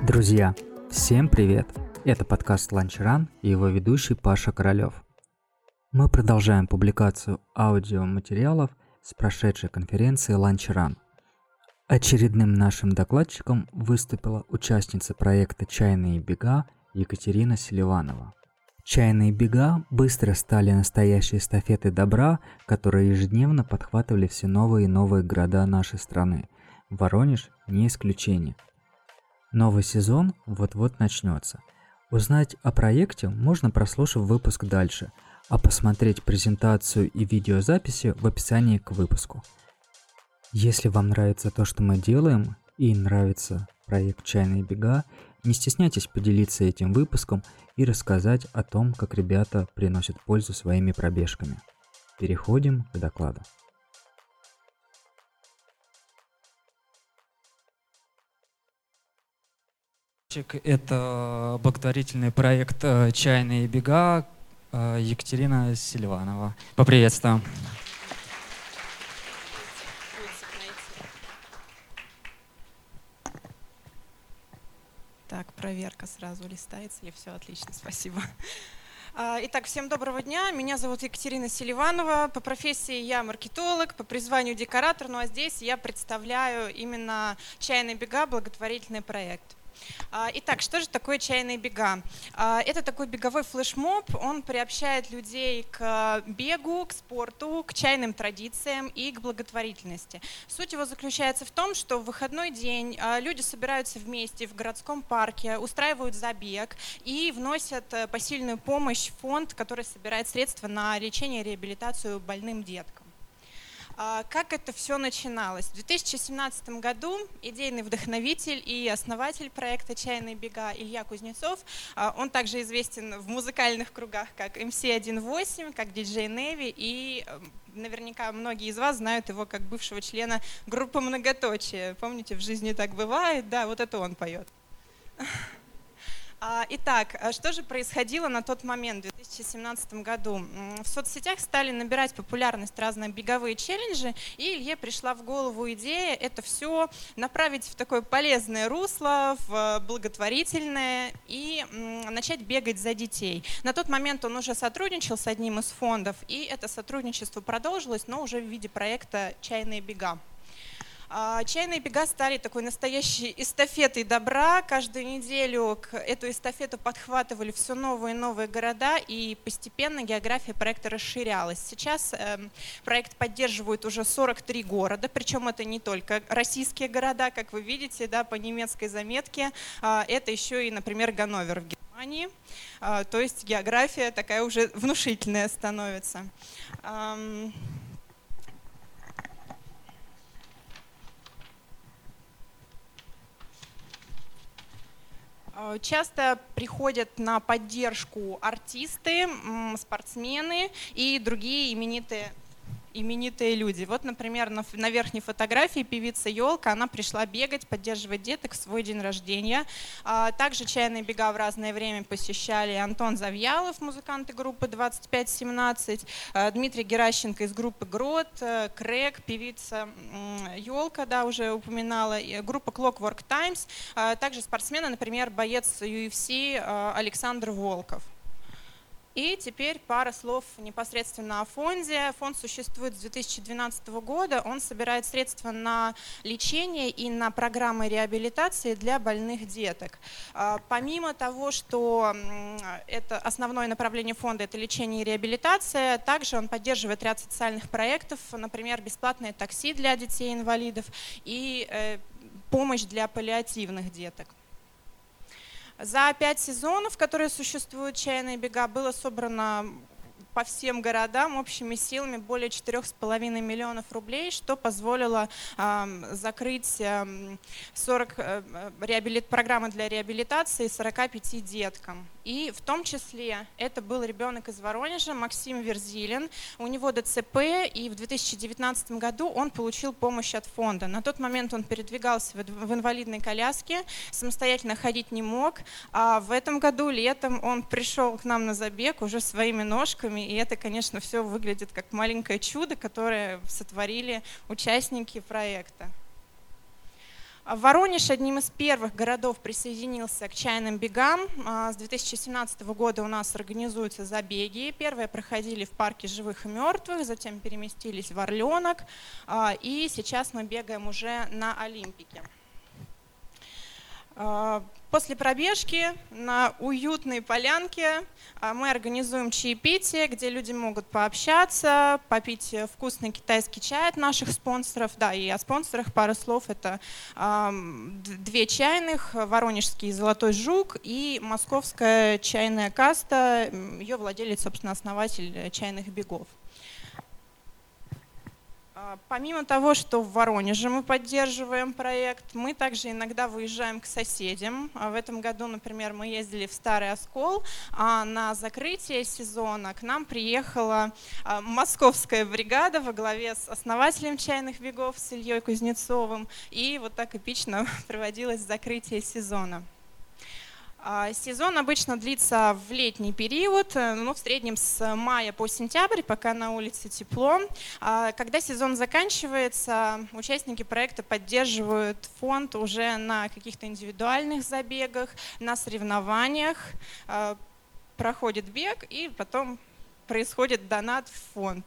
Друзья, всем привет! Это подкаст Lunch Run и его ведущий Паша Королёв. Мы продолжаем публикацию аудиоматериалов с прошедшей конференции Lunch Run. Очередным нашим докладчиком выступила участница проекта «Чайные бега» Екатерина Селиванова. Чайные бега быстро стали настоящей эстафетой добра, которые ежедневно подхватывали все новые и новые города нашей страны. Воронеж не исключение. Новый сезон вот-вот начнется. Узнать о проекте можно, прослушав выпуск дальше, а посмотреть презентацию и видеозаписи в описании к выпуску. Если вам нравится то, что мы делаем, и нравится проект «Чайные бега», не стесняйтесь поделиться этим выпуском и рассказать о том, как ребята приносят пользу своими пробежками. Переходим к докладу. Это благотворительный проект «Чайные бега», Екатерина Селиванова. Поприветствуем. Так, проверка сразу листается, ли все отлично, спасибо. Итак, всем доброго дня. Меня зовут Екатерина Селиванова. По профессии я маркетолог, по призванию декоратор, ну а здесь я представляю именно «Чайные бега», благотворительный проект. Итак, что же такое «Чайные бега»? Это такой беговой флешмоб, он приобщает людей к бегу, к спорту, к чайным традициям и к благотворительности. Суть его заключается в том, что в выходной день люди собираются вместе в городском парке, устраивают забег и вносят посильную помощь в фонд, который собирает средства на лечение и реабилитацию больным деткам. Как это все начиналось? В 2017 году идейный вдохновитель и основатель проекта «Чайные бега» Илья Кузнецов, он также известен в музыкальных кругах как MC18, как диджей Неви, и наверняка многие из вас знают его как бывшего члена группы «Многоточие». Помните, «В жизни так бывает»? Да, вот это он поет. Итак, что же происходило на тот момент, в 2017 году? В соцсетях стали набирать популярность разные беговые челленджи, и Илье пришла в голову идея это все направить в такое полезное русло, в благотворительное, и начать бегать за детей. На тот момент он уже сотрудничал с одним из фондов, и это сотрудничество продолжилось, но уже в виде проекта «Чайные бега». Чайные бега стали такой настоящей эстафетой добра. Каждую неделю эту эстафету подхватывали все новые и новые города, и постепенно география проекта расширялась. Сейчас проект поддерживает уже 43 города, причем это не только российские города, как вы видите, да, по немецкой заметке. Это еще и, например, Ганновер в Германии. То есть география такая уже внушительная становится. Часто приходят на поддержку артисты, спортсмены и другие именитые люди. Вот, например, на верхней фотографии певица Ёлка, она пришла бегать, поддерживать деток в свой день рождения. Также «Чайные бега» в разное время посещали Антон Завьялов, музыканты группы 2517, Дмитрий Геращенко из группы «Грот», Крэг, певица Ёлка, да, уже упоминала, группа Clockwork Times, также спортсмены, например, боец UFC Александр Волков. И теперь пара слов непосредственно о фонде. Фонд существует с 2012 года. Он собирает средства на лечение и на программы реабилитации для больных деток. Помимо того, что это основное направление фонда – это лечение и реабилитация, также он поддерживает ряд социальных проектов, например, бесплатное такси для детей-инвалидов и помощь для паллиативных деток. За 5 сезонов, которые существуют «Чайные бега», было собрано по всем городам общими силами более 4,5 миллионов рублей, что позволило закрыть 40 программы для реабилитации 45 деткам. И в том числе это был ребенок из Воронежа, Максим Верзилин. У него ДЦП, и в 2019 году он получил помощь от фонда. На тот момент он передвигался в инвалидной коляске, самостоятельно ходить не мог. А в этом году летом он пришел к нам на забег уже своими ножками, и это, конечно, все выглядит как маленькое чудо, которое сотворили участники проекта. Воронеж одним из первых городов присоединился к чайным бегам. С 2017 года у нас организуются забеги. Первые проходили в парке живых и мертвых, затем переместились в Орленок, и сейчас мы бегаем уже на Олимпике. После пробежки на уютной полянке мы организуем чаепитие, где люди могут пообщаться, попить вкусный китайский чай от наших спонсоров. Да, и о спонсорах пару слов. Это 2 чайных, воронежский «Золотой жук» и московская чайная каста, ее владелец, собственно, основатель чайных бегов. Помимо того, что в Воронеже мы поддерживаем проект, мы также иногда выезжаем к соседям. В этом году, например, мы ездили в Старый Оскол, а на закрытие сезона к нам приехала московская бригада во главе с основателем чайных бегов, с Ильей Кузнецовым. И вот так эпично проводилось закрытие сезона. Сезон обычно длится в летний период, в среднем с мая по сентябрь, пока на улице тепло. Когда сезон заканчивается, участники проекта поддерживают фонд уже на каких-то индивидуальных забегах, на соревнованиях. Проходит бег, и потом происходит донат в фонд.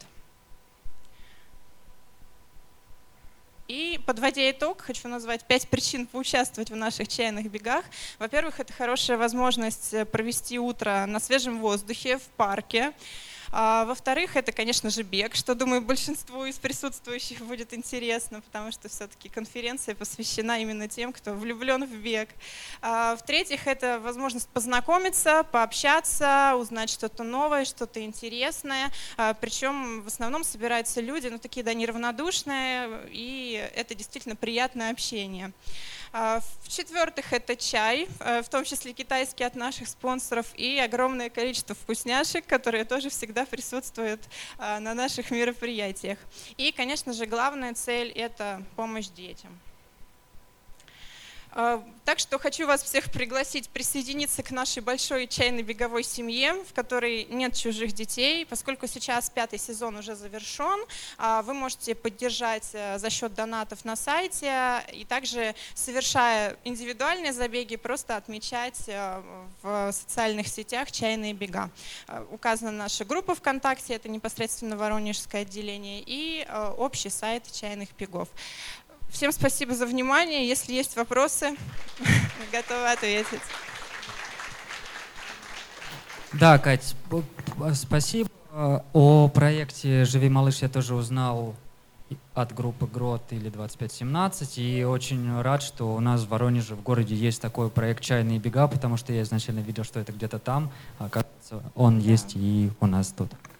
И, подводя итог, хочу назвать 5 причин поучаствовать в наших чайных бегах. Во-первых, это хорошая возможность провести утро на свежем воздухе, в парке. Во-вторых, это, конечно же, бег, что, думаю, большинству из присутствующих будет интересно, потому что все-таки конференция посвящена именно тем, кто влюблен в бег. В-третьих, это возможность познакомиться, пообщаться, узнать что-то новое, что-то интересное. Причем в основном собираются люди, такие, да, неравнодушные, и это действительно приятное общение. В-четвертых, это чай, в том числе китайский от наших спонсоров, и огромное количество вкусняшек, которые тоже всегда присутствуют на наших мероприятиях. И, конечно же, главная цель – это помощь детям. Так что хочу вас всех пригласить присоединиться к нашей большой чайной беговой семье, в которой нет чужих детей. Поскольку сейчас 5-й сезон уже завершен, вы можете поддержать за счет донатов на сайте и также, совершая индивидуальные забеги, просто отмечать в социальных сетях чайные бега. Указана наша группа ВКонтакте, это непосредственно воронежское отделение, и общий сайт чайных бегов. Всем спасибо за внимание. Если есть вопросы, готова ответить. Да, Кать, спасибо. О проекте «Живи, малыш» я тоже узнал от группы ГРОТ или 2517, и очень рад, что у нас в Воронеже, в городе, есть такой проект «Чайные бега», потому что я изначально видел, что это где-то там, а оказывается, он есть и у нас тут.